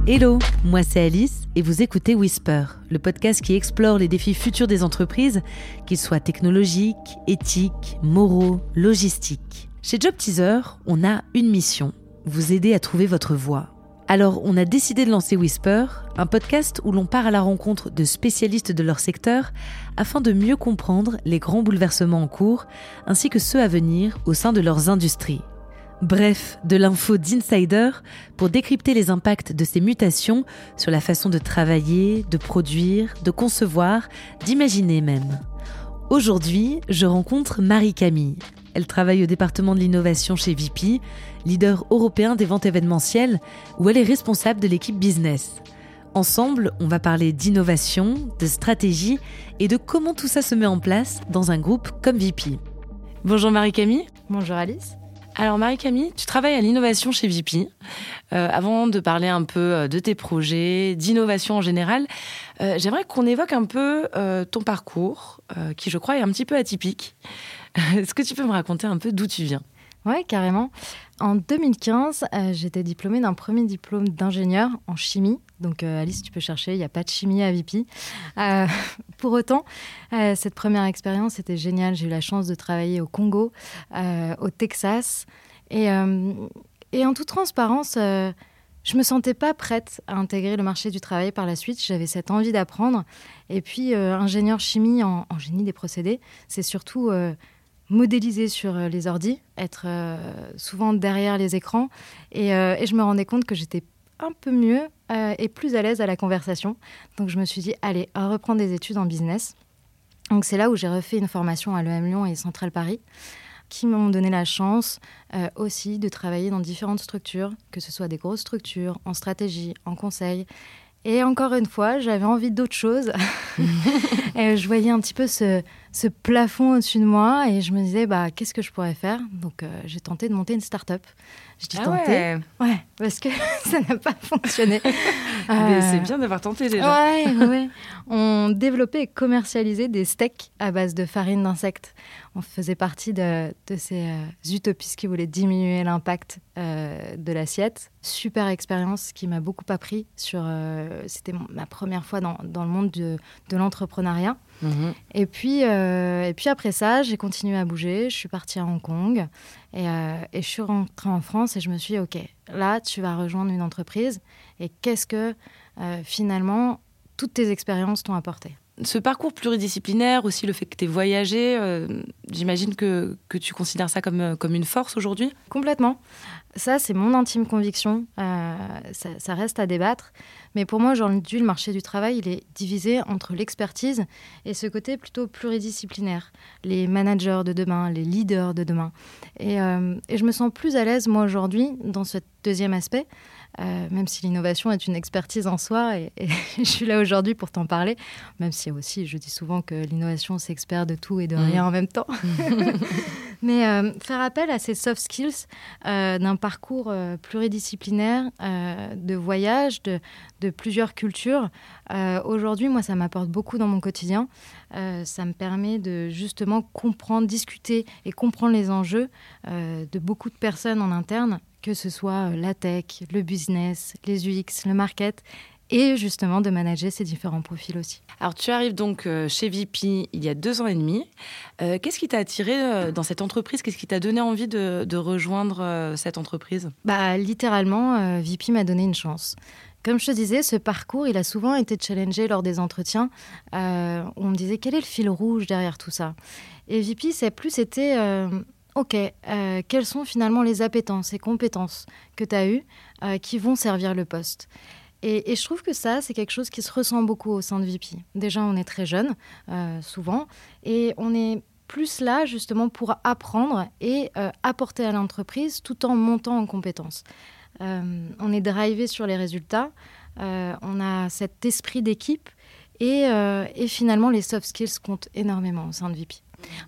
Hello, moi c'est Alice et vous écoutez Whisper, le podcast qui explore les défis futurs des entreprises, qu'ils soient technologiques, éthiques, moraux, logistiques. Chez Job Teaser, on a une mission, vous aider à trouver votre voie. Alors on a décidé de lancer Whisper, un podcast où l'on part à la rencontre de spécialistes de leur secteur afin de mieux comprendre les grands bouleversements en cours ainsi que ceux à venir au sein de leurs industries. Bref, de l'info d'insider pour décrypter les impacts de ces mutations sur la façon de travailler, de produire, de concevoir, d'imaginer même. Aujourd'hui, je rencontre Marie-Camille. Elle travaille au département de l'innovation chez VP, leader européen des ventes événementielles, où elle est responsable de l'équipe business. Ensemble, on va parler d'innovation, de stratégie et de comment tout ça se met en place dans un groupe comme VP. Bonjour Marie-Camille. Bonjour Alice. Alors Marie-Camille, tu travailles à l'innovation chez VP. Avant de parler un peu de tes projets, d'innovation en général, j'aimerais qu'on évoque un peu ton parcours, qui je crois est un petit peu atypique. Est-ce que tu peux me raconter un peu d'où tu viens ? Ouais, carrément. En 2015, j'étais diplômée d'un premier diplôme d'ingénieur en chimie. Donc Alice, tu peux chercher, il n'y a pas de chimie à VP. Pour autant, cette première expérience était géniale. J'ai eu la chance de travailler au Congo, au Texas. Et en toute transparence, je ne me sentais pas prête à intégrer le marché du travail par la suite. J'avais cette envie d'apprendre. Et puis, ingénieur chimie en génie des procédés, c'est surtout modéliser sur les ordis, être souvent derrière les écrans. Et je me rendais compte que j'étais un peu mieux et plus à l'aise à la conversation. Donc, je me suis dit, allez, reprendre des études en business. Donc, c'est là où j'ai refait une formation à l'EM Lyon et Centrale Paris, qui m'ont donné la chance aussi de travailler dans différentes structures, que ce soit des grosses structures, en stratégie, en conseil. Et encore une fois, j'avais envie d'autre chose. Et je voyais un petit peu ce plafond au-dessus de moi et je me disais, qu'est-ce que je pourrais faire ? Donc, j'ai tenté de monter une start-up. Je dis tenté. Ouais, parce que ça n'a pas fonctionné. Mais c'est bien d'avoir tenté déjà. Ouais. On développait et commercialisait des steaks à base de farine d'insectes. On faisait partie de ces utopistes qui voulaient diminuer l'impact de l'assiette. Super expérience qui m'a beaucoup appris. C'était ma première fois dans le monde de l'entrepreneuriat. Mmh. Et puis après ça, j'ai continué à bouger. Je suis partie à Hong Kong et je suis rentrée en France et je me suis dit, OK, là, tu vas rejoindre une entreprise. Et qu'est-ce que, finalement, toutes tes expériences t'ont apporté ? Ce parcours pluridisciplinaire, aussi le fait que tu aies voyagé, j'imagine que tu considères ça comme une force aujourd'hui ? Complètement. Ça, c'est mon intime conviction. Ça reste à débattre. Mais pour moi, aujourd'hui, le marché du travail, il est divisé entre l'expertise et ce côté plutôt pluridisciplinaire. Les managers de demain, les leaders de demain. Et je me sens plus à l'aise, moi, aujourd'hui, dans ce deuxième aspect. Même si l'innovation est une expertise en soi, et je suis là aujourd'hui pour t'en parler, même si aussi je dis souvent que l'innovation s'expert de tout et de rien en même temps. Mais faire appel à ces soft skills d'un parcours pluridisciplinaire, de voyage, de plusieurs cultures, aujourd'hui, moi, ça m'apporte beaucoup dans mon quotidien. Ça me permet de justement comprendre, discuter et comprendre les enjeux de beaucoup de personnes en interne, que ce soit la tech, le business, les UX, le market, et justement de manager ces différents profils aussi. Alors tu arrives donc chez VP il y a 2 ans et demi. Qu'est-ce qui t'a attiré dans cette entreprise ? Qu'est-ce qui t'a donné envie de rejoindre cette entreprise ? Littéralement, VP m'a donné une chance. Comme je te disais, ce parcours, il a souvent été challengé lors des entretiens. On me disait, quel est le fil rouge derrière tout ça ? Et VP, c'est plus été... OK, quelles sont finalement les appétences et compétences que tu as eues qui vont servir le poste ? Et je trouve que ça, c'est quelque chose qui se ressent beaucoup au sein de VP. Déjà, on est très jeune, souvent, et on est plus là justement pour apprendre et apporter à l'entreprise tout en montant en compétences. On est drivé sur les résultats, on a cet esprit d'équipe et finalement, les soft skills comptent énormément au sein de VP.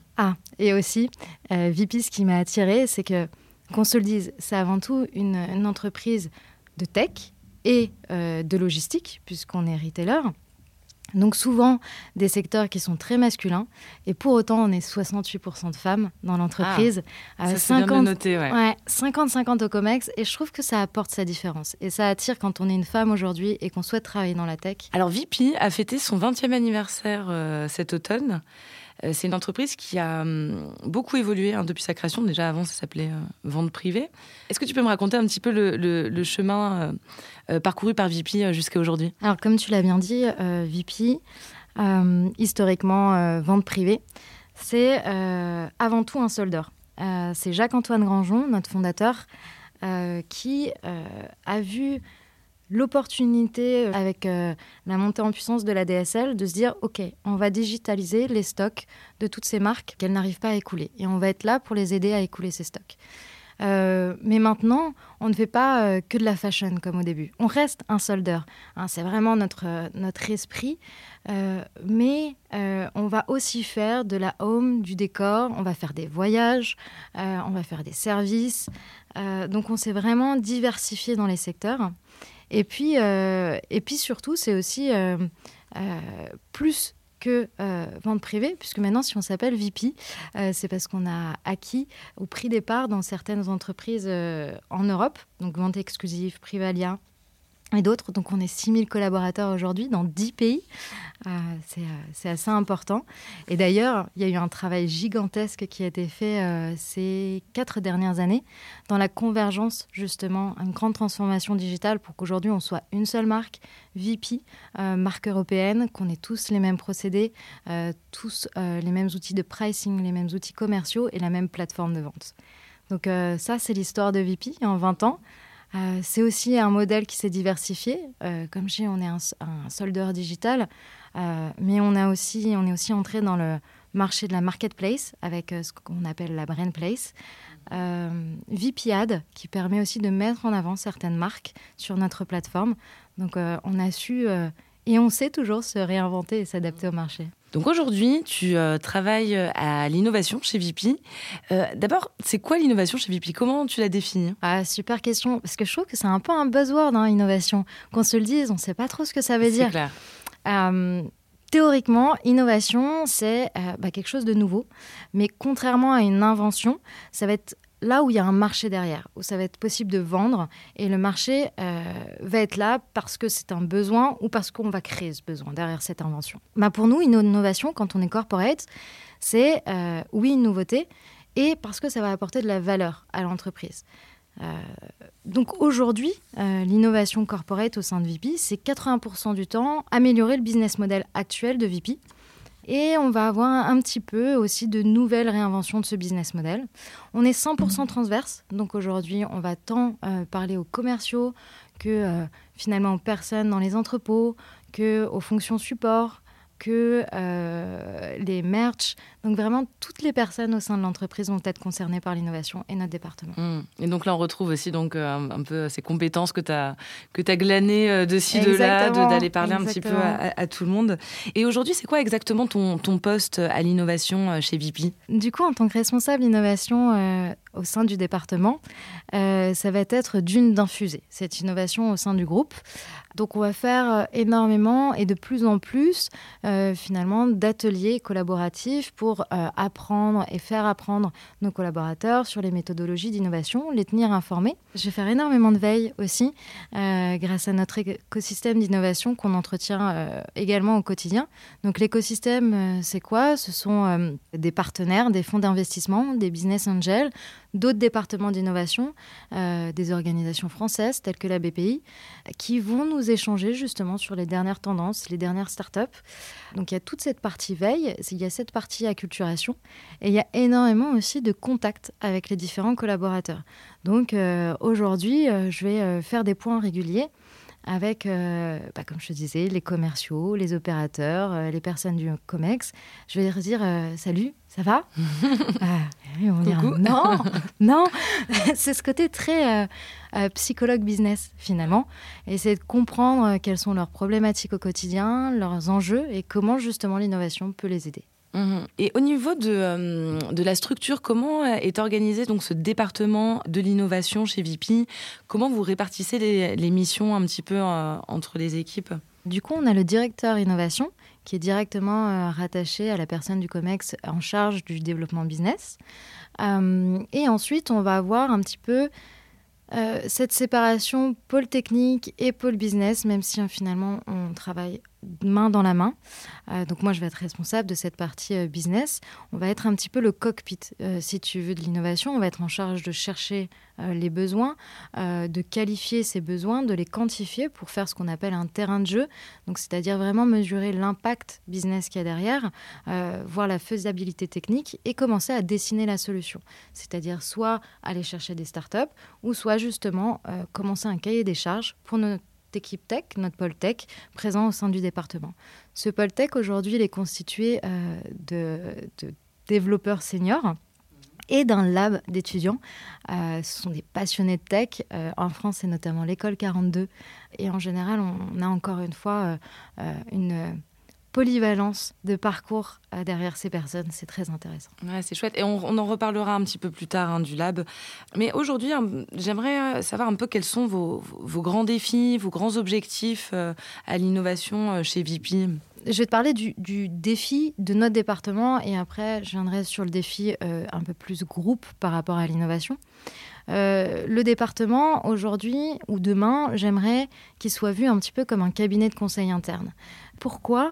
Et aussi, VP, ce qui m'a attirée, c'est qu'on se le dise, c'est avant tout une entreprise de tech et de logistique, puisqu'on est retailer. Donc souvent des secteurs qui sont très masculins et pour autant on est 68% de femmes dans l'entreprise. Ça c'est bien de le noter, ouais. 50-50 au COMEX et je trouve que ça apporte sa différence et ça attire quand on est une femme aujourd'hui et qu'on souhaite travailler dans la tech. Alors VP a fêté son 20e anniversaire cet automne. C'est une entreprise qui a beaucoup évolué depuis sa création. Déjà avant ça s'appelait Vente Privée. Est-ce que tu peux me raconter un petit peu le chemin parcouru par VP jusqu'à aujourd'hui ? Alors comme tu l'as bien dit, VP, historiquement Vente Privée, c'est avant tout un soldeur. C'est Jacques-Antoine Granjon, notre fondateur, qui a vu l'opportunité avec la montée en puissance de la DSL de se dire ok, on va digitaliser les stocks de toutes ces marques qu'elles n'arrivent pas à écouler et on va être là pour les aider à écouler ces stocks. Mais maintenant, on ne fait pas que de la fashion comme au début. On reste un soldeur. C'est vraiment notre esprit. Mais on va aussi faire de la home, du décor. On va faire des voyages. On va faire des services. Donc, on s'est vraiment diversifié dans les secteurs. Et puis surtout, c'est aussi plus que vente privée, puisque maintenant, si on s'appelle VP, c'est parce qu'on a acquis ou pris des parts dans certaines entreprises en Europe, donc Vente Exclusive, Privalia et d'autres. Donc, on est 6000 collaborateurs aujourd'hui dans 10 pays. C'est assez important. Et d'ailleurs, il y a eu un travail gigantesque qui a été fait ces 4 dernières années dans la convergence, justement, une grande transformation digitale pour qu'aujourd'hui, on soit une seule marque, VP, marque européenne, qu'on ait tous les mêmes procédés, tous les mêmes outils de pricing, les mêmes outils commerciaux et la même plateforme de vente. Donc ça, c'est l'histoire de VP en 20 ans. C'est aussi un modèle qui s'est diversifié. Comme je dis, on est un soldeur digital, mais on est aussi entré dans le marché de la marketplace avec ce qu'on appelle la brand place. VP Ad, qui permet aussi de mettre en avant certaines marques sur notre plateforme. Donc, on a su et on sait toujours se réinventer et s'adapter au marché. Donc aujourd'hui, tu travailles à l'innovation chez VP. D'abord, c'est quoi l'innovation chez VP ? Comment tu la définis ? Super question, parce que je trouve que c'est un peu un buzzword, innovation. Qu'on se le dise, on ne sait pas trop ce que ça veut dire. C'est clair. Théoriquement, innovation, c'est quelque chose de nouveau. Mais contrairement à une invention, ça va être là où il y a un marché derrière, où ça va être possible de vendre. Et le marché va être là parce que c'est un besoin ou parce qu'on va créer ce besoin derrière cette invention. Pour nous, une innovation, quand on est corporate, c'est oui, une nouveauté, et parce que ça va apporter de la valeur à l'entreprise. Donc aujourd'hui, l'innovation corporate au sein de VP, c'est 80% du temps améliorer le business model actuel de VP. Et on va avoir un petit peu aussi de nouvelles réinventions de ce business model. On est 100% transverse. Donc aujourd'hui, on va tant parler aux commerciaux que finalement aux personnes dans les entrepôts, qu'aux fonctions support, que les merch. Donc vraiment, toutes les personnes au sein de l'entreprise vont être concernées par l'innovation et notre département. Et donc là, on retrouve aussi donc, un peu ces compétences que tu as glanées de ci, de là, d'aller parler un petit peu à tout le monde. Et aujourd'hui, c'est quoi exactement ton poste à l'innovation chez VP ? Du coup, en tant que responsable innovation au sein du département, ça va être d'infuser cette innovation au sein du groupe. Donc, on va faire énormément et de plus en plus, finalement, d'ateliers collaboratifs pour apprendre et faire apprendre nos collaborateurs sur les méthodologies d'innovation, les tenir informés. Je vais faire énormément de veille aussi, grâce à notre écosystème d'innovation qu'on entretient également au quotidien. Donc, l'écosystème, c'est quoi ? Ce sont des partenaires, des fonds d'investissement, des business angels, d'autres départements d'innovation, des organisations françaises telles que la BPI, qui vont nous échanger justement sur les dernières tendances, les dernières startups. Donc il y a toute cette partie veille, il y a cette partie acculturation, et il y a énormément aussi de contacts avec les différents collaborateurs. Donc aujourd'hui, je vais faire des points réguliers avec, comme je te disais, les commerciaux, les opérateurs, les personnes du COMEX. Je vais leur dire « Salut, ça va ?» Ils vont dire « Non !» C'est ce côté très psychologue business, finalement. Et c'est de comprendre quelles sont leurs problématiques au quotidien, leurs enjeux et comment, justement, l'innovation peut les aider. Et au niveau de la structure, comment est organisé donc ce département de l'innovation chez VP ? Comment vous répartissez les missions un petit peu entre les équipes ? Du coup, on a le directeur innovation qui est directement rattaché à la personne du COMEX en charge du développement business. Et ensuite, on va avoir un petit peu cette séparation pôle technique et pôle business, même si finalement on travaille main dans la main. Donc moi, je vais être responsable de cette partie business. On va être un petit peu le cockpit, si tu veux, de l'innovation. On va être en charge de chercher les besoins, de qualifier ces besoins, de les quantifier pour faire ce qu'on appelle un terrain de jeu. Donc, c'est-à-dire vraiment mesurer l'impact business qu'il y a derrière, voir la faisabilité technique et commencer à dessiner la solution. C'est-à-dire soit aller chercher des startups ou soit justement commencer un cahier des charges pour notre équipe tech, notre pôle tech, présent au sein du département. Ce pôle tech, aujourd'hui, il est constitué de développeurs seniors et d'un lab d'étudiants. Ce sont des passionnés de tech. En France, c'est notamment l'école 42. Et en général, on a encore une fois une polyvalence de parcours derrière ces personnes. C'est très intéressant. Ouais, c'est chouette. Et on en reparlera un petit peu plus tard du lab. Mais aujourd'hui, j'aimerais savoir un peu quels sont vos grands défis, vos grands objectifs à l'innovation chez VP. Je vais te parler du défi de notre département et après, je viendrai sur le défi un peu plus groupe par rapport à l'innovation. Le département, aujourd'hui ou demain, j'aimerais qu'il soit vu un petit peu comme un cabinet de conseil interne. Pourquoi ?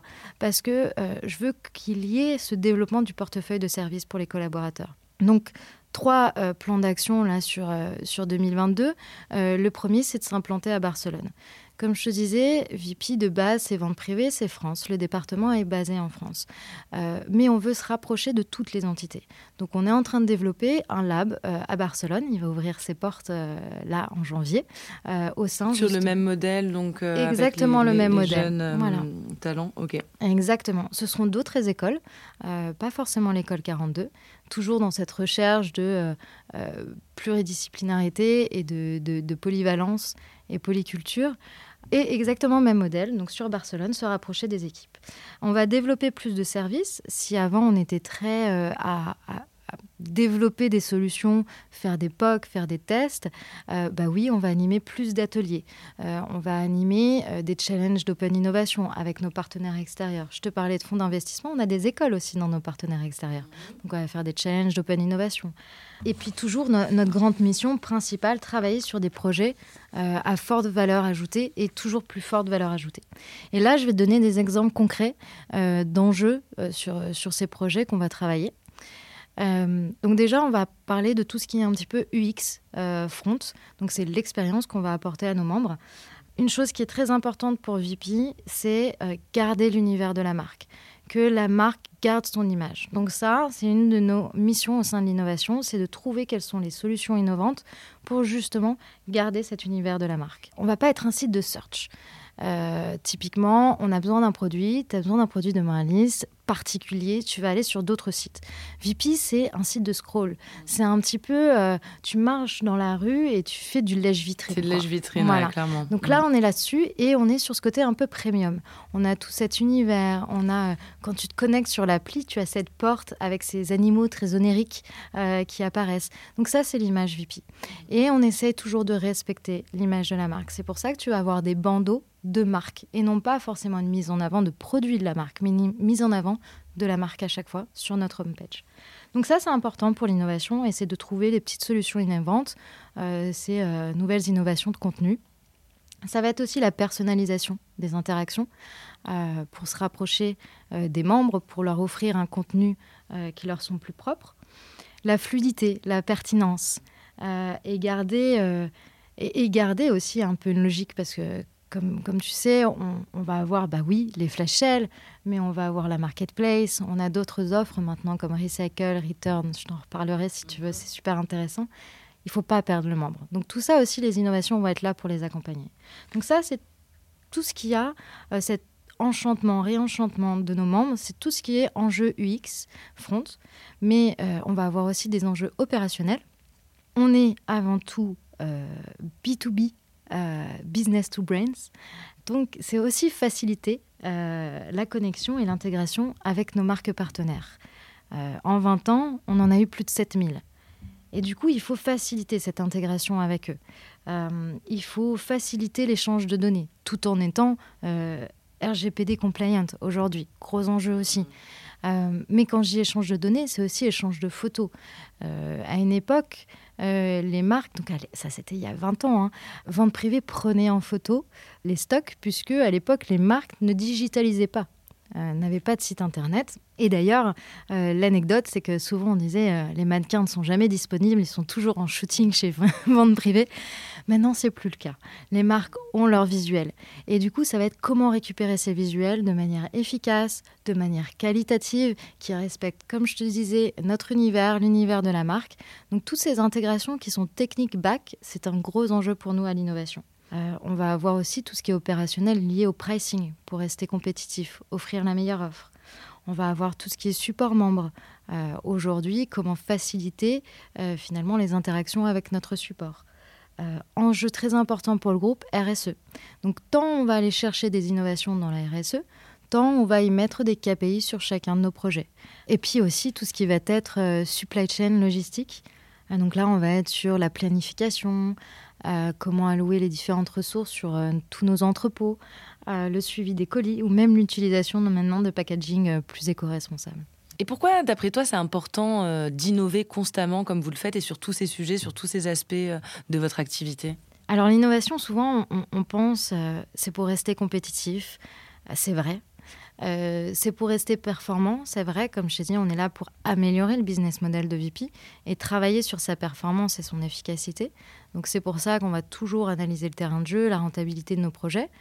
Parce que je veux qu'il y ait ce développement du portefeuille de services pour les collaborateurs. Donc, 3 plans d'action là, sur 2022. Le premier, c'est de s'implanter à Barcelone. Comme je te disais, VP de base, c'est vente privée, c'est France. Le département est basé en France. Mais on veut se rapprocher de toutes les entités. Donc, on est en train de développer un lab à Barcelone. Il va ouvrir ses portes là en janvier. Au sein sur le même modèle, donc exactement avec le même les modèle. Jeunes voilà. Talents. Ok. Exactement. Ce seront d'autres écoles, pas forcément l'école 42, toujours dans cette recherche de pluridisciplinarité et de polyvalence et polyculture. Et exactement le même modèle, donc sur Barcelone, se rapprocher des équipes. On va développer plus de services. Si avant, on était très à développer des solutions, faire des POC, faire des tests, oui, on va animer plus d'ateliers. On va animer des challenges d'open innovation avec nos partenaires extérieurs. Je te parlais de fonds d'investissement, on a des écoles aussi dans nos partenaires extérieurs. Donc, on va faire des challenges d'open innovation. Et puis, toujours, notre grande mission principale, travailler sur des projets à forte valeur ajoutée et toujours plus forte valeur ajoutée. Et là, je vais te donner des exemples concrets d'enjeux sur ces projets qu'on va travailler. Donc déjà, on va parler de tout ce qui est un petit peu UX front. Donc c'est l'expérience qu'on va apporter à nos membres. Une chose qui est très importante pour VP, c'est garder l'univers de la marque. Que la marque garde son image. Donc ça, c'est une de nos missions au sein de l'innovation, c'est de trouver quelles sont les solutions innovantes pour justement garder cet univers de la marque. On ne va pas être un site de search. Typiquement, on a besoin d'un produit, tu as besoin d'un produit de ma liste particulier, tu vas aller sur d'autres sites. VP, c'est un site de scroll. C'est un petit peu, tu marches dans la rue et tu fais du lèche-vitrine. C'est de lèche-vitrine, voilà. Ouais, clairement. Donc là, on est là-dessus et on est sur ce côté un peu premium. On a tout cet univers. On a, quand tu te connectes sur l'appli, tu as cette porte avec ces animaux très onériques qui apparaissent. Donc ça, c'est l'image VP. Et on essaie toujours de respecter l'image de la marque. C'est pour ça que tu vas avoir des bandeaux de marque et non pas forcément une mise en avant de produits de la marque, mais une mise en avant de la marque à chaque fois sur notre homepage. Donc ça, c'est important pour l'innovation et c'est de trouver des petites solutions innovantes, ces nouvelles innovations de contenu. Ça va être aussi la personnalisation des interactions pour se rapprocher des membres, pour leur offrir un contenu qui leur sont plus propres. La fluidité, la pertinence et garder aussi un peu une logique parce que comme tu sais, on va avoir, les flash sales, mais on va avoir la marketplace. On a d'autres offres maintenant comme Recycle, Return. Je t'en reparlerai si tu veux, c'est super intéressant. Il ne faut pas perdre le membre. Donc tout ça aussi, les innovations vont être là pour les accompagner. Donc ça, c'est tout ce qu'il y a, cet enchantement, réenchantement de nos membres. C'est tout ce qui est enjeu UX, front. Mais on va avoir aussi des enjeux opérationnels. On est avant tout B2B, business to brains. Donc, c'est aussi faciliter la connexion et l'intégration avec nos marques partenaires. En 20 ans, on en a eu plus de 7000. Et du coup, il faut faciliter cette intégration avec eux. Il faut faciliter l'échange de données, tout en étant RGPD compliant aujourd'hui, gros enjeu aussi. Mais quand je dis échange de données, c'est aussi échange de photos. À une époque, les marques, donc ça c'était il y a 20 ans, vente privée prenait en photo les stocks, puisque à l'époque, les marques ne digitalisaient pas. N'avaient pas de site internet. Et d'ailleurs, l'anecdote, c'est que souvent on disait les mannequins ne sont jamais disponibles, ils sont toujours en shooting chez vente privée. Maintenant, c'est plus le cas. Les marques ont leur visuel. Et du coup, ça va être comment récupérer ces visuels de manière efficace, de manière qualitative, qui respecte, comme je te disais, notre univers, l'univers de la marque. Donc, toutes ces intégrations qui sont techniques back, c'est un gros enjeu pour nous à l'innovation. On va avoir aussi tout ce qui est opérationnel lié au pricing pour rester compétitif, offrir la meilleure offre. On va avoir tout ce qui est support membre. Aujourd'hui, comment faciliter finalement les interactions avec notre support. Enjeu très important pour le groupe, RSE. Donc tant on va aller chercher des innovations dans la RSE, tant on va y mettre des KPI sur chacun de nos projets. Et puis aussi tout ce qui va être supply chain logistique. Donc là, on va être sur la planification, comment allouer les différentes ressources sur tous nos entrepôts, le suivi des colis ou même l'utilisation maintenant de packaging plus éco-responsable. Et pourquoi, d'après toi, c'est important d'innover constamment comme vous le faites et sur tous ces sujets, sur tous ces aspects de votre activité ? Alors l'innovation, souvent, on pense c'est pour rester compétitif. C'est vrai. C'est pour rester performant, c'est vrai, comme je t'ai dit, on est là pour améliorer le business model de VP et travailler sur sa performance et son efficacité. Donc c'est pour ça qu'on va toujours analyser le terrain de jeu, la rentabilité de nos projets.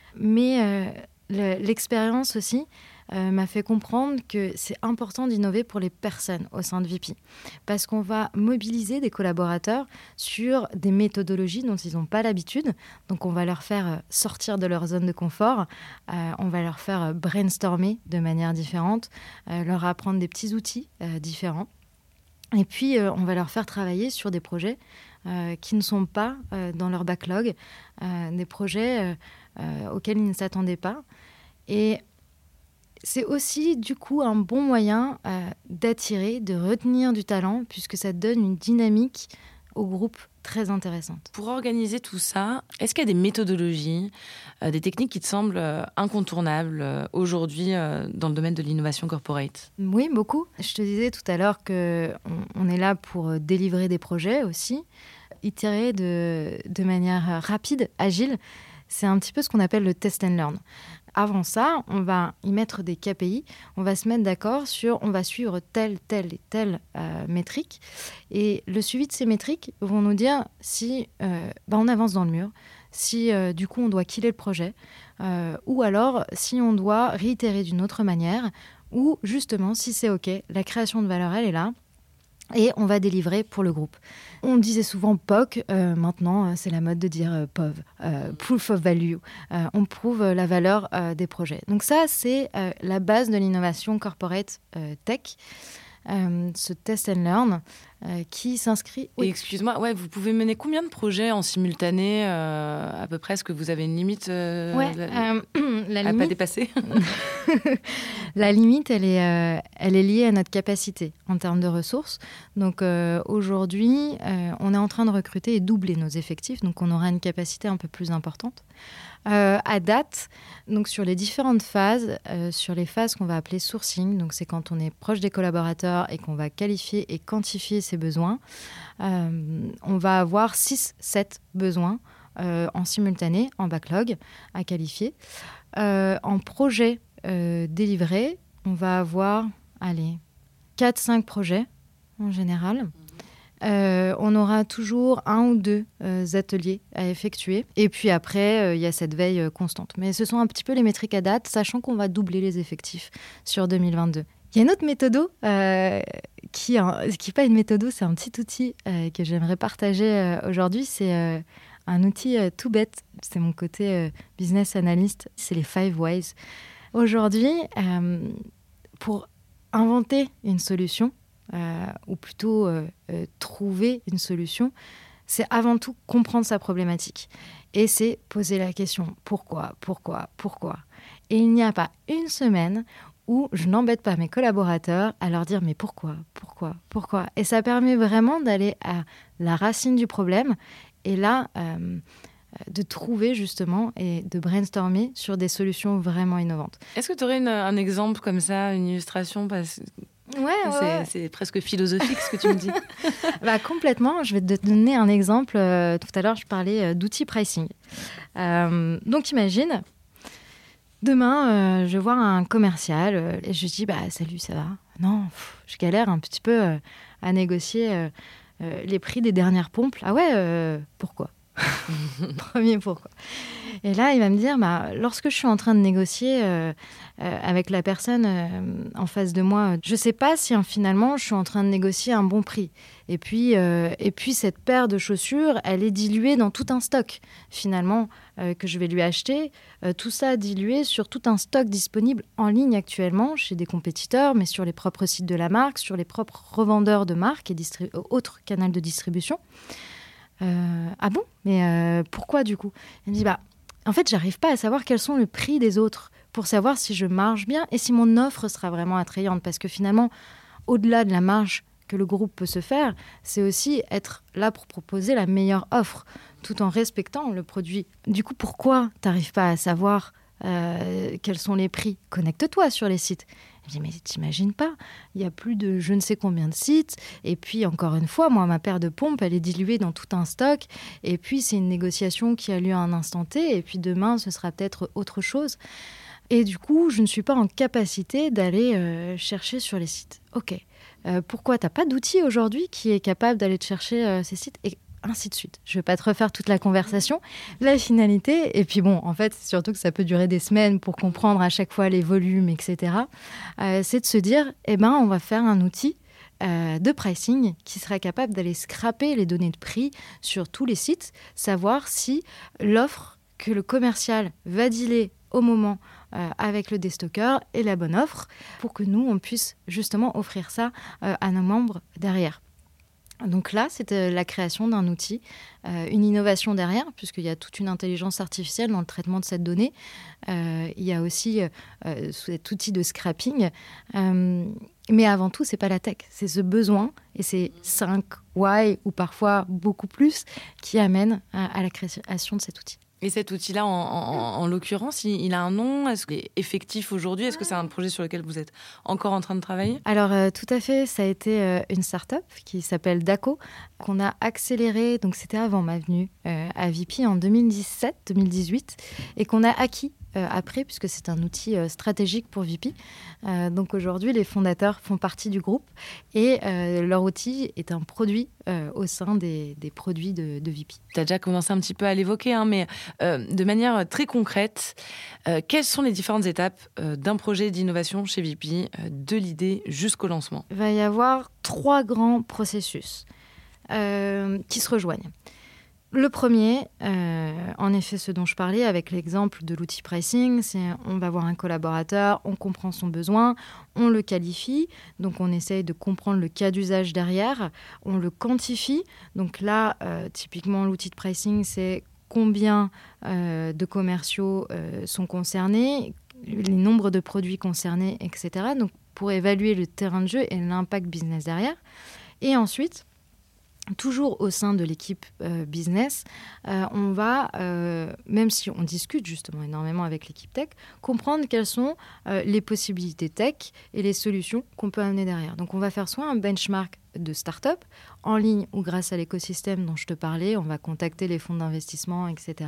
Mais l'expérience aussi m'a fait comprendre que c'est important d'innover pour les personnes au sein de VP. Parce qu'on va mobiliser des collaborateurs sur des méthodologies dont ils n'ont pas l'habitude. Donc on va leur faire sortir de leur zone de confort. On va leur faire brainstormer de manière différente, leur apprendre des petits outils différents. Et puis on va leur faire travailler sur des projets qui ne sont pas dans leur backlog, des projets auxquels ils ne s'attendaient pas. Et c'est aussi, du coup, un bon moyen d'attirer, de retenir du talent, puisque ça donne une dynamique au groupe très intéressante. Pour organiser tout ça, est-ce qu'il y a des méthodologies, des techniques qui te semblent incontournables aujourd'hui dans le domaine de l'innovation corporate ? Oui, beaucoup. Je te disais tout à l'heure qu'on est là pour délivrer des projets aussi, itérer de manière rapide, agile. C'est un petit peu ce qu'on appelle le test and learn. Avant ça, on va y mettre des KPI, on va se mettre d'accord on va suivre telle et telle métrique. Et le suivi de ces métriques vont nous dire si on avance dans le mur, si du coup on doit killer le projet, ou alors si on doit réitérer d'une autre manière, ou justement si c'est OK, la création de valeur elle est là. Et on va délivrer pour le groupe. On disait souvent POC, maintenant c'est la mode de dire POV, Proof of Value. On prouve la valeur des projets. Donc ça, c'est la base de l'innovation corporate tech, ce test and learn qui s'inscrit... Oui. Et excuse-moi, vous pouvez mener combien de projets en simultané à peu près ? Est-ce que vous avez une limite la limite, pas dépasser ? La limite, elle est liée à notre capacité en termes de ressources. Donc aujourd'hui, on est en train de recruter et doubler nos effectifs. Donc on aura une capacité un peu plus importante. À date, donc sur les différentes phases, sur les phases qu'on va appeler sourcing, donc c'est quand on est proche des collaborateurs et qu'on va qualifier et quantifier ses besoins, on va avoir 6-7 besoins en simultané, en backlog, à qualifier. En projet délivré, on va avoir 4-5 projets en général. On aura toujours 1 ou 2 ateliers à effectuer. Et puis après, il y a cette veille constante. Mais ce sont un petit peu les métriques à date, sachant qu'on va doubler les effectifs sur 2022. Il y a une autre méthodo qui n'est pas une méthodo, c'est un petit outil que j'aimerais partager aujourd'hui. C'est un outil tout bête. C'est mon côté business analyst. C'est les 5 whys. Aujourd'hui, pour inventer une solution, ou plutôt trouver une solution, c'est avant tout comprendre sa problématique. Et c'est poser la question pourquoi ? Et il n'y a pas une semaine où je n'embête pas mes collaborateurs à leur dire mais pourquoi ? Et ça permet vraiment d'aller à la racine du problème. Et là, de trouver justement et de brainstormer sur des solutions vraiment innovantes. Est-ce que tu aurais un exemple comme ça, une illustration Ouais. C'est presque philosophique ce que tu me dis. Complètement. Je vais te donner un exemple. Tout à l'heure, je parlais d'outils pricing. Donc, imagine, demain, je vois un commercial et je dis « Salut, ça va ?» Non, je galère un petit peu à négocier les prix des dernières pompes. Ah ouais, pourquoi ? Premier pourquoi. Et là, il va me dire, lorsque je suis en train de négocier avec la personne en face de moi, je ne sais pas si finalement je suis en train de négocier un bon prix. Et puis cette paire de chaussures, elle est diluée dans tout un stock finalement que je vais lui acheter. Tout ça dilué sur tout un stock disponible en ligne actuellement chez des compétiteurs, mais sur les propres sites de la marque, sur les propres revendeurs de marque et autres canaux de distribution. Ah bon ? Mais pourquoi du coup ? Elle me dit, en fait, j'arrive pas à savoir quels sont les prix des autres pour savoir si je marge bien et si mon offre sera vraiment attrayante. Parce que finalement, au-delà de la marge que le groupe peut se faire, c'est aussi être là pour proposer la meilleure offre, tout en respectant le produit. Du coup, pourquoi t'arrives pas à savoir quels sont les prix ? Connecte-toi sur les sites. Je dis, mais t'imagines pas, il y a plus de je ne sais combien de sites. Et puis, encore une fois, moi, ma paire de pompes, elle est diluée dans tout un stock. Et puis, c'est une négociation qui a lieu à un instant T. Et puis, demain, ce sera peut-être autre chose. Et du coup, je ne suis pas en capacité d'aller chercher sur les sites. OK. Pourquoi t'as pas d'outil aujourd'hui qui est capable d'aller te chercher ces sites ? Et ainsi de suite. Je ne vais pas te refaire toute la conversation. La finalité, et puis bon, en fait, c'est surtout que ça peut durer des semaines pour comprendre à chaque fois les volumes, etc. C'est de se dire, on va faire un outil de pricing qui sera capable d'aller scraper les données de prix sur tous les sites, savoir si l'offre que le commercial va dealer au moment avec le déstockeur est la bonne offre pour que nous, on puisse justement offrir ça à nos membres derrière. Donc là, c'est la création d'un outil, une innovation derrière, puisqu'il y a toute une intelligence artificielle dans le traitement de cette donnée. Il y a aussi cet outil de scrapping. Mais avant tout, ce n'est pas la tech, c'est ce besoin et ces 5 why ou parfois beaucoup plus qui amènent à la création de cet outil. Et cet outil-là, en l'occurrence, il a un nom ? Est-ce qu'il est effectif aujourd'hui ? Est-ce que c'est un projet sur lequel vous êtes encore en train de travailler ? Alors, tout à fait. Ça a été une start-up qui s'appelle Daco, qu'on a accélérée. Donc, c'était avant ma venue à VP en 2017-2018 et qu'on a acquis après, puisque c'est un outil stratégique pour VP. Donc, aujourd'hui, les fondateurs font partie du groupe et leur outil est un produit au sein des produits de VP. Tu as déjà commencé un petit peu à l'évoquer, mais de manière très concrète, quelles sont les différentes étapes d'un projet d'innovation chez VP, de l'idée jusqu'au lancement ? Il va y avoir 3 grands processus qui se rejoignent. Le premier, en effet, ce dont je parlais avec l'exemple de l'outil pricing, c'est on va voir un collaborateur, on comprend son besoin, on le qualifie, donc on essaye de comprendre le cas d'usage derrière, on le quantifie. Donc là, typiquement, l'outil de pricing, c'est combien de commerciaux sont concernés, les nombres de produits concernés, etc. Donc pour évaluer le terrain de jeu et l'impact business derrière. Et ensuite, toujours au sein de l'équipe business, on va, même si on discute justement énormément avec l'équipe tech, comprendre quelles sont les possibilités tech et les solutions qu'on peut amener derrière. Donc on va faire soit un benchmark de start-up en ligne ou grâce à l'écosystème dont je te parlais, on va contacter les fonds d'investissement, etc.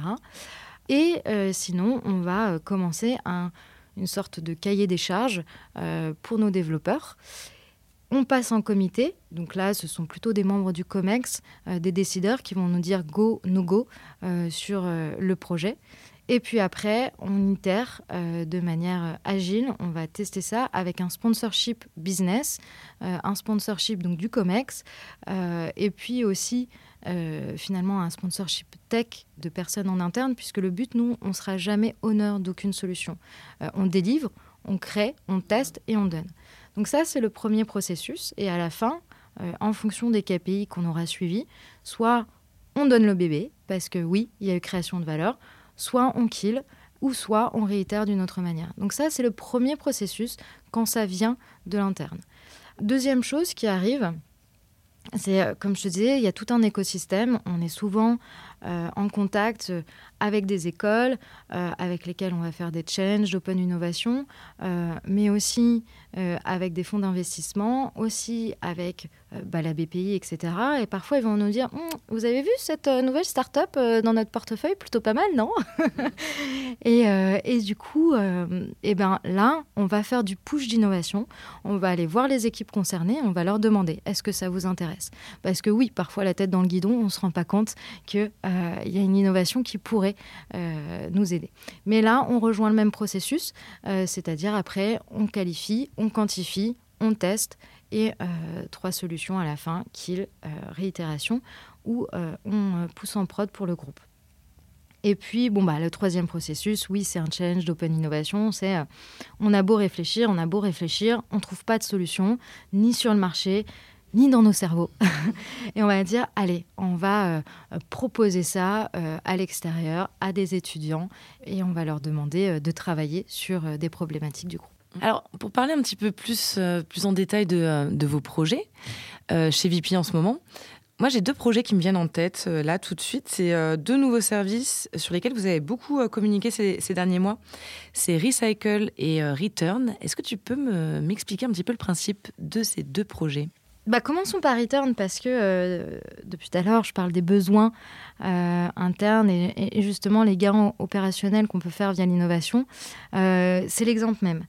Et sinon, on va commencer une sorte de cahier des charges pour nos développeurs. On passe en comité, donc là, ce sont plutôt des membres du COMEX, des décideurs qui vont nous dire go, no go sur le projet. Et puis après, on itère de manière agile. On va tester ça avec un sponsorship business, un sponsorship donc, du COMEX, et puis aussi finalement un sponsorship tech de personnes en interne, puisque le but, nous, on ne sera jamais honneur d'aucune solution. On délivre, on crée, on teste et on donne. Donc ça, c'est le premier processus. Et à la fin, en fonction des KPI qu'on aura suivis, soit on donne le bébé, parce que oui, il y a eu création de valeur, soit on kill, ou soit on réitère d'une autre manière. Donc ça, c'est le premier processus quand ça vient de l'interne. Deuxième chose qui arrive, C'est, comme je te disais, il y a tout un écosystème. On est souvent en contact avec des écoles avec lesquelles on va faire des challenges d'open innovation, mais aussi avec des fonds d'investissement, aussi avec la BPI, etc. Et parfois, ils vont nous dire « Vous avez vu cette nouvelle start-up dans notre portefeuille? Plutôt pas mal, non ?» Et du coup, là, on va faire du push d'innovation. On va aller voir les équipes concernées, on va leur demander « Est-ce que ça vous intéresse ?» Parce que oui, parfois, la tête dans le guidon, on ne se rend pas compte qu'il y a une innovation qui pourrait nous aider. Mais là, on rejoint le même processus, c'est-à-dire après, on qualifie, on quantifie, on teste et 3 solutions à la fin, kill, réitération ou on pousse en prod pour le groupe. Et puis, le 3e processus, oui, c'est un challenge d'open innovation. C'est on a beau réfléchir, on ne trouve pas de solution, ni sur le marché, ni dans nos cerveaux. Et on va dire, allez, on va proposer ça à l'extérieur, à des étudiants, et on va leur demander de travailler sur des problématiques du groupe. Alors, pour parler un petit peu plus en détail de vos projets chez VP en ce moment, moi, j'ai 2 projets qui me viennent en tête là tout de suite. C'est 2 nouveaux services sur lesquels vous avez beaucoup communiqué ces derniers mois. C'est Recycle et Return. Est-ce que tu peux m'expliquer un petit peu le principe de ces 2 projets ? Commençons par Return parce que depuis tout à l'heure, je parle des besoins internes et justement les gains opérationnels qu'on peut faire via l'innovation. C'est l'exemple même.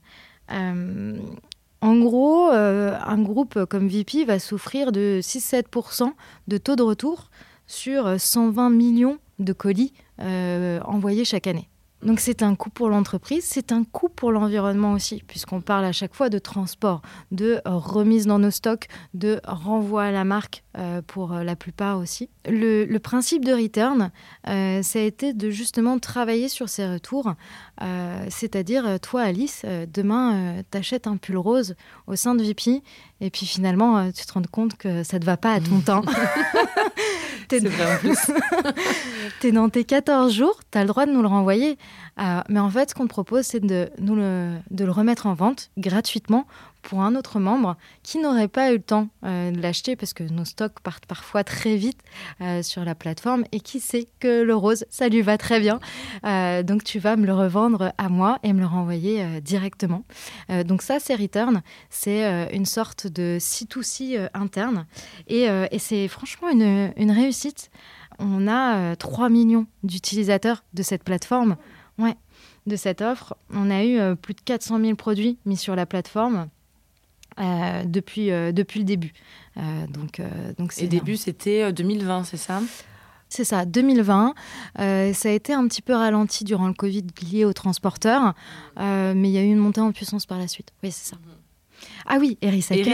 En gros, un groupe comme VP va souffrir de 6-7% de taux de retour sur 120 millions de colis envoyés chaque année. Donc c'est un coût pour l'entreprise, c'est un coût pour l'environnement aussi, puisqu'on parle à chaque fois de transport, de remise dans nos stocks, de renvoi à la marque pour la plupart aussi. Le principe de Return, ça a été de justement travailler sur ces retours, c'est-à-dire toi Alice, demain t'achètes un pull rose au sein de VP et puis finalement tu te rends compte que ça ne te va pas à ton temps. C'est vrai en plus. T'es dans tes 14 jours, t'as le droit de nous le renvoyer. Mais en fait, ce qu'on te propose, c'est de le remettre en vente gratuitement pour un autre membre qui n'aurait pas eu le temps de l'acheter parce que nos stocks partent parfois très vite sur la plateforme et qui sait que le rose, ça lui va très bien. Donc, tu vas me le revendre à moi et me le renvoyer directement. Donc ça, c'est Return. C'est une sorte de C2C interne et c'est franchement une réussite. On a 3 millions d'utilisateurs de cette plateforme. Ouais, de cette offre. On a eu plus de 400 000 produits mis sur la plateforme depuis le début. Donc c'est Et début, c'était 2020, c'est ça ? C'est ça, 2020. Ça a été un petit peu ralenti durant le Covid lié aux transporteurs, mais il y a eu une montée en puissance par la suite. Oui, c'est ça. Ah oui, et Recycle.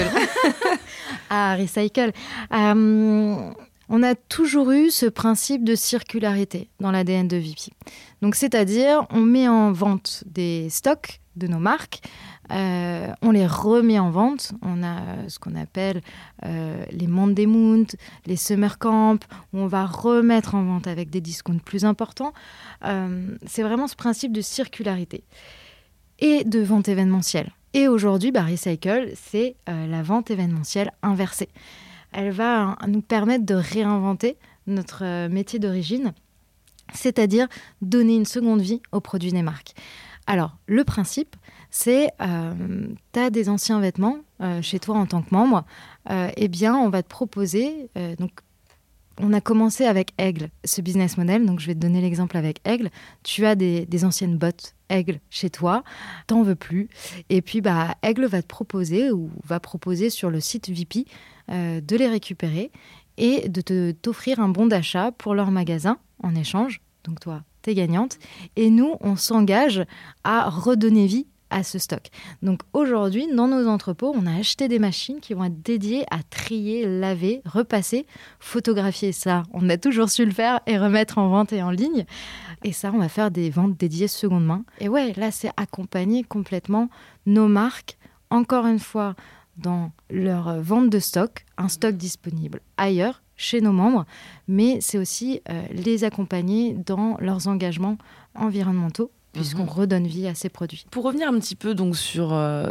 Recycle. On a toujours eu ce principe de circularité dans l'ADN de VP. Donc, c'est-à-dire, on met en vente des stocks de nos marques, on les remet en vente. On a ce qu'on appelle les Monday Moon, les Summer Camp, où on va remettre en vente avec des discounts plus importants. C'est vraiment ce principe de circularité et de vente événementielle. Et aujourd'hui, Recycle, c'est la vente événementielle inversée. Elle va nous permettre de réinventer notre métier d'origine, c'est-à-dire donner une seconde vie aux produits des marques. Alors, le principe, c'est tu as des anciens vêtements chez toi en tant que membre, on va te proposer... donc, on a commencé avec Aigle, ce business model. Donc, je vais te donner l'exemple avec Aigle. Tu as des anciennes bottes Aigle chez toi, t'en veux plus. Et puis, Aigle va te proposer ou va proposer sur le site VP de les récupérer et de t'offrir un bon d'achat pour leur magasin en échange. Donc, toi, t'es gagnante. Et nous, on s'engage à redonner vie à ce stock. Donc aujourd'hui, dans nos entrepôts, on a acheté des machines qui vont être dédiées à trier, laver, repasser, photographier ça. On a toujours su le faire et remettre en vente et en ligne. Et ça, on va faire des ventes dédiées seconde main. Et ouais, là, c'est accompagner complètement nos marques, encore une fois, dans leur vente de stock, un stock disponible ailleurs, chez nos membres, mais c'est aussi les accompagner dans leurs engagements environnementaux. puisqu'on redonne vie à ces produits. Pour revenir un petit peu donc sur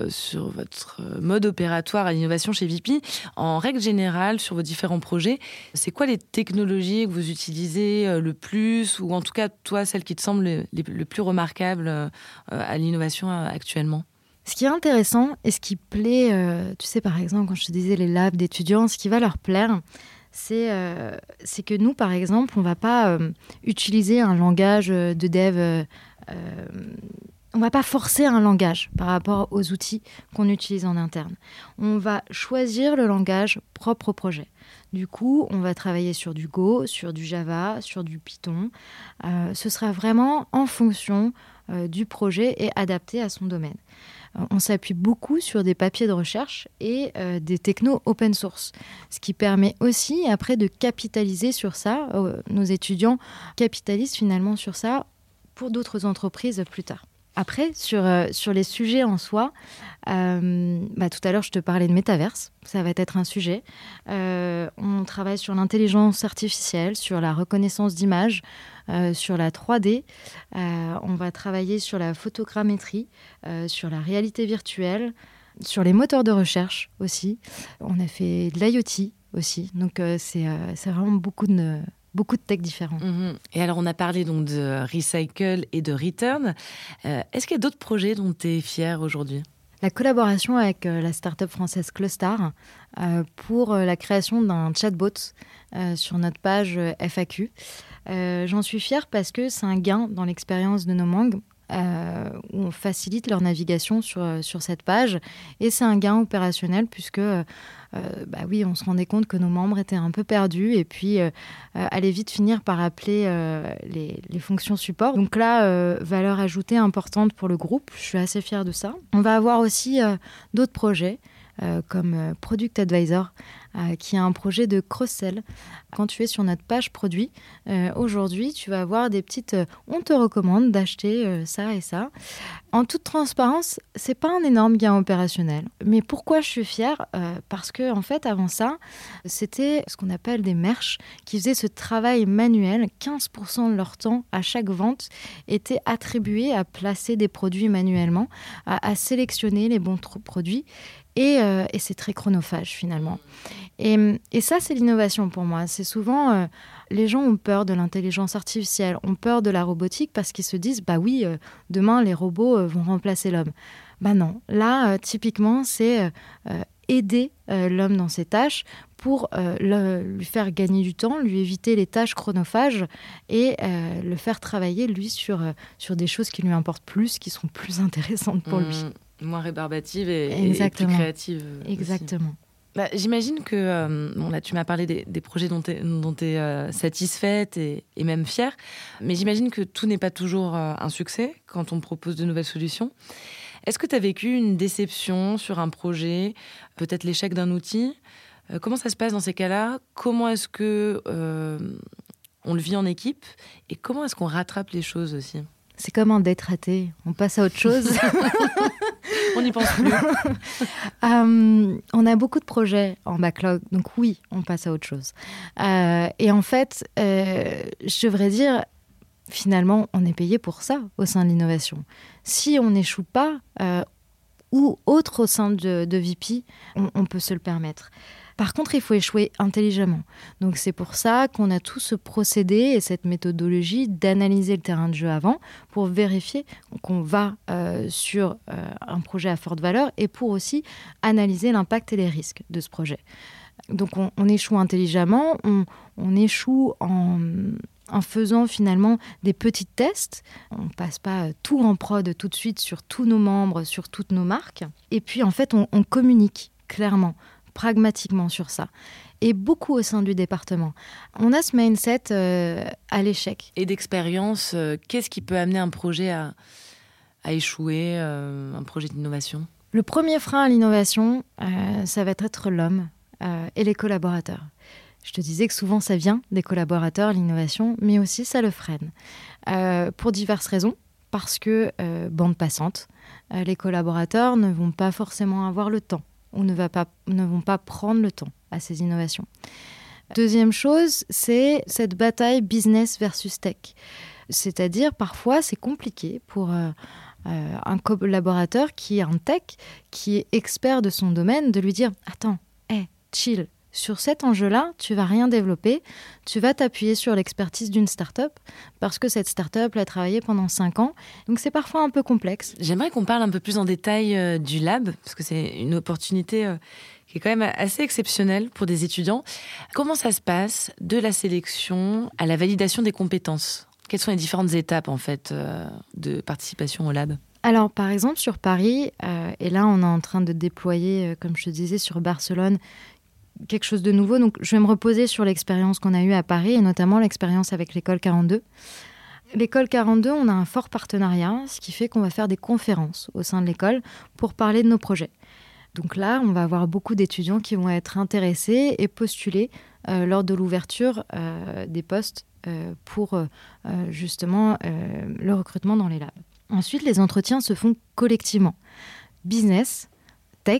votre mode opératoire à l'innovation chez VP, en règle générale, sur vos différents projets, c'est quoi les technologies que vous utilisez le plus, ou en tout cas, toi, celles qui te semblent le plus remarquables à l'innovation actuellement ? Ce qui est intéressant et ce qui plaît, tu sais, par exemple, quand je te disais les labs d'étudiants, ce qui va leur plaire, c'est que nous, par exemple, on ne va pas utiliser un langage de dev. On ne va pas forcer un langage par rapport aux outils qu'on utilise en interne. On va choisir le langage propre au projet. Du coup, on va travailler sur du Go, sur du Java, sur du Python. Ce sera vraiment en fonction du projet et adapté à son domaine. On s'appuie beaucoup sur des papiers de recherche et des technos open source, ce qui permet aussi après de capitaliser sur ça. Nos étudiants capitalisent finalement sur ça pour d'autres entreprises plus tard. Après, sur les sujets en soi, tout à l'heure, je te parlais de métaverse. Ça va être un sujet. On travaille sur l'intelligence artificielle, sur la reconnaissance d'images, sur la 3D. On va travailler sur la photogrammétrie, sur la réalité virtuelle, sur les moteurs de recherche aussi. On a fait de l'IoT aussi. Donc, c'est vraiment beaucoup de tech différents. Et alors, on a parlé donc de Recycle et de Return. Est-ce qu'il y a d'autres projets dont tu es fière aujourd'hui ? La collaboration avec la start-up française Clustar pour la création d'un chatbot sur notre page FAQ. J'en suis fière parce que c'est un gain dans l'expérience de nos membres où on facilite leur navigation sur cette page. Et c'est un gain opérationnel puisque on se rendait compte que nos membres étaient un peu perdus et puis allaient vite finir par appeler les fonctions support. Donc là, valeur ajoutée importante pour le groupe. Je suis assez fière de ça. On va avoir aussi d'autres projets comme Product Advisor, qui est un projet de cross-sell. Quand tu es sur notre page produit, aujourd'hui, tu vas avoir des petites... on te recommande d'acheter ça et ça. En toute transparence, c'est pas un énorme gain opérationnel. Mais pourquoi je suis fière ? Parce que, en fait, avant ça, c'était ce qu'on appelle des merch qui faisaient ce travail manuel. 15% de leur temps à chaque vente était attribué à placer des produits manuellement, à sélectionner les bons produits. Et c'est très chronophage finalement. Et ça, c'est l'innovation pour moi. C'est souvent, les gens ont peur de l'intelligence artificielle, ont peur de la robotique parce qu'ils se disent, demain, les robots vont remplacer l'homme. Non, là, typiquement, c'est aider l'homme dans ses tâches pour lui faire gagner du temps, lui éviter les tâches chronophages et le faire travailler, lui, sur des choses qui lui importent plus, qui sont plus intéressantes pour lui. Moins rébarbative et plus créative. Exactement. J'imagine que, là tu m'as parlé des projets dont tu es satisfaite et même fière, mais j'imagine que tout n'est pas toujours un succès quand on propose de nouvelles solutions. Est-ce que tu as vécu une déception sur un projet, peut-être l'échec d'un outil ? Comment ça se passe dans ces cas-là ? Comment est-ce que on le vit en équipe ? Et comment est-ce qu'on rattrape les choses aussi ? C'est comme un date raté, on passe à autre chose. On n'y pense plus. On a beaucoup de projets en backlog, donc oui, on passe à autre chose. Et en fait, je devrais dire, finalement, on est payé pour ça au sein de l'innovation. Si on n'échoue pas, ou autre au sein de VP, on peut se le permettre. Par contre, il faut échouer intelligemment. Donc, c'est pour ça qu'on a tout ce procédé et cette méthodologie d'analyser le terrain de jeu avant pour vérifier qu'on va sur un projet à forte valeur et pour aussi analyser l'impact et les risques de ce projet. Donc, on échoue intelligemment, on échoue en faisant finalement des petits tests. On ne passe pas tout en prod tout de suite sur tous nos membres, sur toutes nos marques. Et puis, en fait, on communique clairement, pragmatiquement sur ça. Et beaucoup au sein du département. On a ce mindset à l'échec. Et d'expérience, qu'est-ce qui peut amener un projet à échouer, un projet d'innovation ? Le premier frein à l'innovation, ça va être l'homme et les collaborateurs. Je te disais que souvent, ça vient des collaborateurs, l'innovation, mais aussi ça le freine. Pour diverses raisons. Parce que, bande passante, les collaborateurs ne vont pas forcément avoir le temps ou ne vont pas prendre le temps à ces innovations. Deuxième chose, c'est cette bataille business versus tech. C'est-à-dire, parfois, c'est compliqué pour un collaborateur qui est en tech, qui est expert de son domaine, de lui dire « Attends, chill, sur cet enjeu-là, tu vas rien développer, tu vas t'appuyer sur l'expertise d'une start-up parce que cette start-up l'a travaillé pendant 5 ans. » Donc c'est parfois un peu complexe. J'aimerais qu'on parle un peu plus en détail du lab, parce que c'est une opportunité qui est quand même assez exceptionnelle pour des étudiants. Comment ça se passe de la sélection à la validation des compétences ? Quelles sont les différentes étapes en fait de participation au lab ? Alors par exemple sur Paris, et là on est en train de déployer, comme je te disais, sur Barcelone, quelque chose de nouveau. Donc, je vais me reposer sur l'expérience qu'on a eue à Paris et notamment l'expérience avec l'école 42. L'école 42, on a un fort partenariat, ce qui fait qu'on va faire des conférences au sein de l'école pour parler de nos projets. Donc là, on va avoir beaucoup d'étudiants qui vont être intéressés et postuler lors de l'ouverture des postes pour justement le recrutement dans les labs. Ensuite, les entretiens se font collectivement. Business, tech,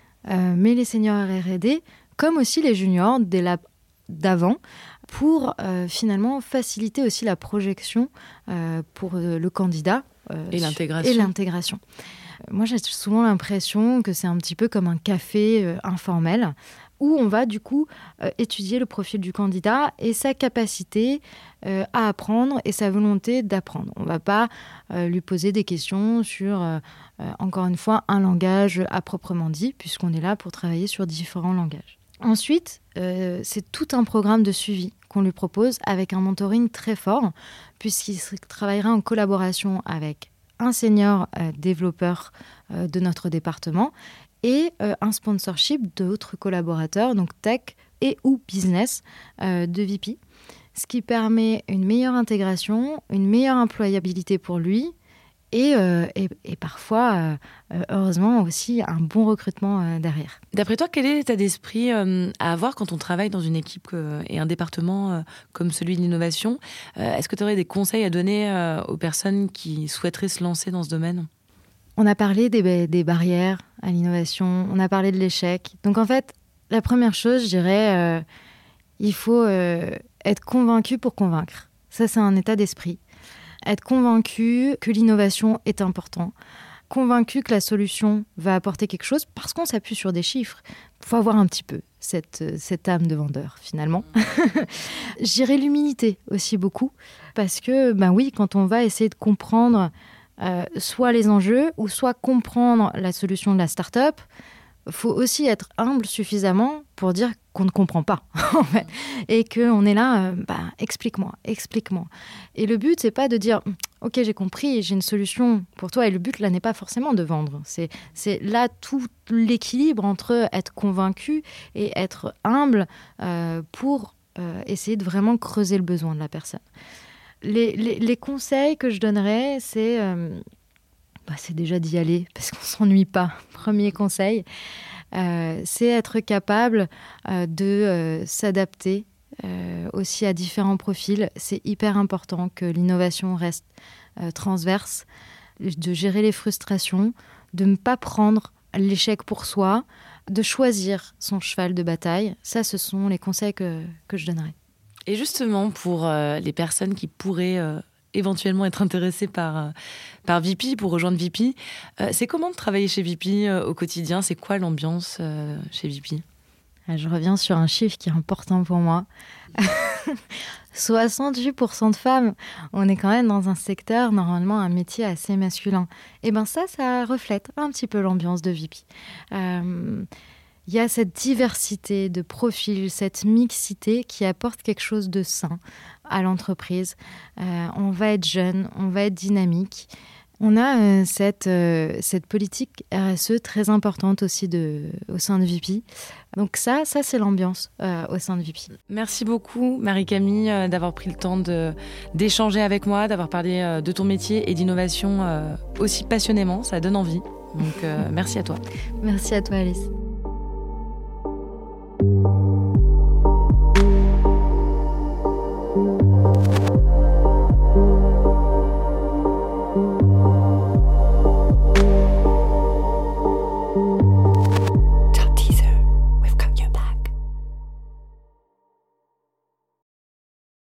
mais les seniors R&D, comme aussi les juniors des labs d'avant, pour finalement faciliter aussi la projection pour le candidat et l'intégration. Moi, j'ai souvent l'impression que c'est un petit peu comme un café informel où on va du coup étudier le profil du candidat et sa capacité à apprendre et sa volonté d'apprendre. On ne va pas lui poser des questions sur, encore une fois, un langage à proprement dit, puisqu'on est là pour travailler sur différents langages. Ensuite, c'est tout un programme de suivi qu'on lui propose avec un mentoring très fort, puisqu'il travaillera en collaboration avec un senior développeur de notre département et un sponsorship d'autres collaborateurs, donc tech et ou business de VP, ce qui permet une meilleure intégration, une meilleure employabilité pour lui et parfois, heureusement, aussi un bon recrutement derrière. D'après toi, quel est l'état d'esprit à avoir quand on travaille dans une équipe et un département comme celui de l'innovation ? Est-ce que tu aurais des conseils à donner aux personnes qui souhaiteraient se lancer dans ce domaine ? On a parlé des barrières à l'innovation, on a parlé de l'échec. Donc en fait, la première chose, je dirais, il faut être convaincu pour convaincre. Ça, c'est un état d'esprit. Être convaincu que l'innovation est important. Convaincu que la solution va apporter quelque chose parce qu'on s'appuie sur des chiffres. Il faut avoir un petit peu cette âme de vendeur, finalement. Je dirais l'humilité aussi beaucoup. Parce que, oui, quand on va essayer de comprendre soit les enjeux ou soit comprendre la solution de la start-up, il faut aussi être humble suffisamment pour dire qu'on ne comprend pas, en fait. Et qu'on est là, explique-moi. Et le but, c'est pas de dire, ok, j'ai compris, j'ai une solution pour toi. Et le but, là, n'est pas forcément de vendre. C'est là tout l'équilibre entre être convaincu et être humble pour essayer de vraiment creuser le besoin de la personne. Les conseils que je donnerais, c'est déjà d'y aller, parce qu'on ne s'ennuie pas. Premier conseil, c'est être capable de s'adapter aussi à différents profils. C'est hyper important que l'innovation reste transverse, de gérer les frustrations, de ne pas prendre l'échec pour soi, de choisir son cheval de bataille. Ça, ce sont les conseils que je donnerais. Et justement, pour les personnes qui pourraient éventuellement être intéressées par VP, pour rejoindre VP, c'est comment de travailler chez VP au quotidien ? C'est quoi l'ambiance chez VP ? Je reviens sur un chiffre qui est important pour moi. 68% de femmes. On est quand même dans un secteur, normalement, un métier assez masculin. Et ça reflète un petit peu l'ambiance de VP. Il y a cette diversité de profils, cette mixité qui apporte quelque chose de sain à l'entreprise. On va être jeune, on va être dynamique. On a cette politique RSE très importante aussi au sein de VP. Donc ça c'est l'ambiance au sein de VP. Merci beaucoup Marie-Camille d'avoir pris le temps d'échanger avec moi, d'avoir parlé de ton métier et d'innovation aussi passionnément. Ça donne envie. Donc merci à toi. Merci à toi Alice.